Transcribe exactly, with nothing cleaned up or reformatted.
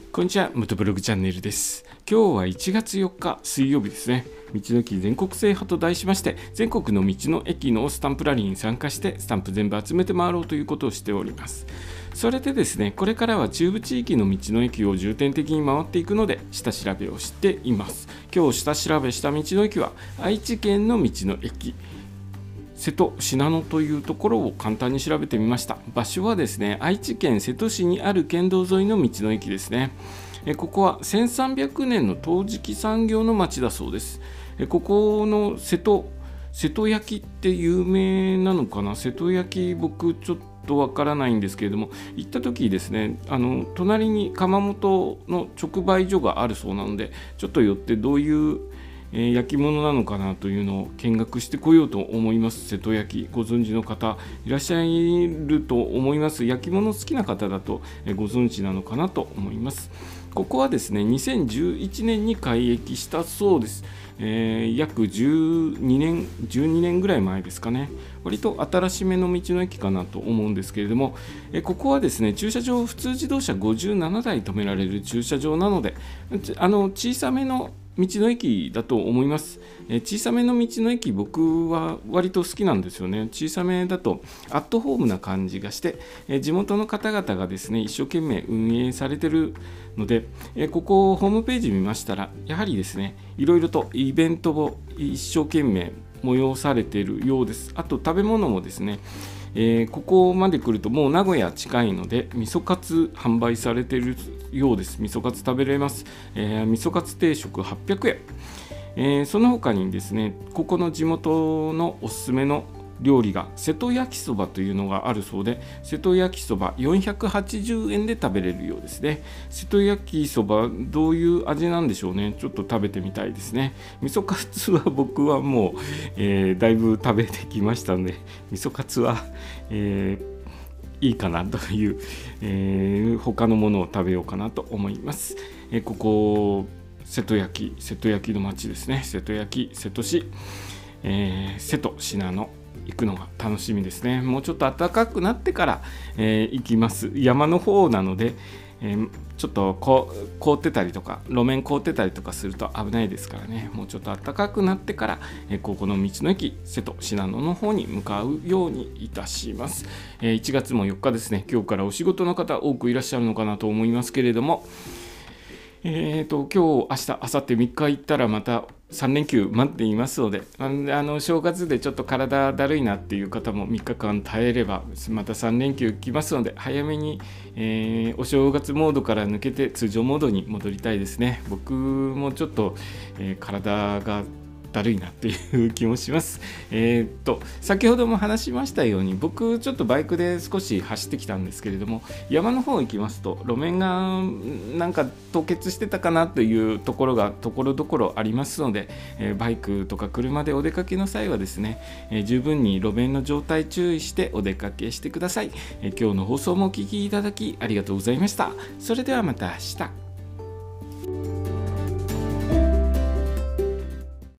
こんにちは、元ブログチャンネルです。今日はいちがつよっか水曜日ですね。道の駅全国制覇と題しまして、全国の道の駅のスタンプラリーに参加して、スタンプ全部集めて回ろうということをしております。それでですね、これからは中部地域の道の駅を重点的に回っていくので、下調べをしています。今日下調べした道の駅は、愛知県の道の駅。瀬戸信濃というところを簡単に調べてみました。場所はですね、愛知県瀬戸市にある県道沿いの道の駅ですね。えここはせんさんびゃくねんの陶磁器産業の町だそうです。えここの瀬戸瀬戸焼って有名なのかな。瀬戸焼僕ちょっとわからないんですけれども、行った時ですね、あの隣に窯元の直売所があるそうなので、ちょっと寄ってどういうえー、焼き物なのかなというのを見学してこようと思います。瀬戸焼ご存知の方いらっしゃると思います。焼き物好きな方だと、えー、ご存知なのかなと思います。ここはですね、にせんじゅういちねんに開駅したそうです。えー、約じゅうにねん、じゅうにねんぐらい前ですかね。割と新しめの道の駅かなと思うんですけれども、えー、ここはですね、駐車場、普通自動車ごじゅうななだい止められる駐車場なので、あの小さめの道の駅だと思います。えー、小さめの道の駅、僕は割と好きなんですよね。小さめだとアットホームな感じがして、えー、地元の方々がですね、一生懸命運営されているので、えー、ここホームページ見ましたら、やはりですね、いろいろとイベントを一生懸命催されているようです。あと食べ物もですね、えー、ここまで来るともう名古屋近いので味噌カツ販売されているようです。味噌カツ食べれます。えー、味噌カツ定食はっぴゃくえん、えー、その他にですね、ここの地元のおすすめの料理が瀬戸焼きそばというのがあるそうで、瀬戸焼きそばよんひゃくはちじゅうえんで食べれるようですね。瀬戸焼きそばどういう味なんでしょうね。ちょっと食べてみたいですね。味噌カツは僕はもう、えー、だいぶ食べてきましたので、味噌カツは、えー、いいかなという、えー、他のものを食べようかなと思います。えー、ここ瀬戸焼瀬戸焼の町ですね。瀬戸焼瀬戸市、えー、瀬戸信濃行くのが楽しみですね。もうちょっと暖かくなってから、えー、行きます。山の方なので、えー、ちょっとこう凍ってたりとか路面凍ってたりとかすると危ないですからね。もうちょっと暖かくなってから、えー、ここの道の駅瀬戸信濃の方に向かうようにいたします。えー、いちがつもよっかですね。今日からお仕事の方多くいらっしゃるのかなと思いますけれども、えーと今日、明日、明後日みっか行ったらまたさんれんきゅう待っていますので、あの正月でちょっと体だるいなっていう方もみっかかん耐えればまたさんれんきゅう来ますので、早めに、えー、お正月モードから抜けて通常モードに戻りたいですね。僕もちょっと、えー、体がだるいなっていう気もします。えー、っと先ほども話しましたように、僕ちょっとバイクで少し走ってきたんですけれども、山の方行きますと路面がなんか凍結してたかなというところがところどころありますので、えー、バイクとか車でお出かけの際はですね、えー、十分に路面の状態注意してお出かけしてください。えー、今日の放送もお聞きいただきありがとうございました。それではまた明日。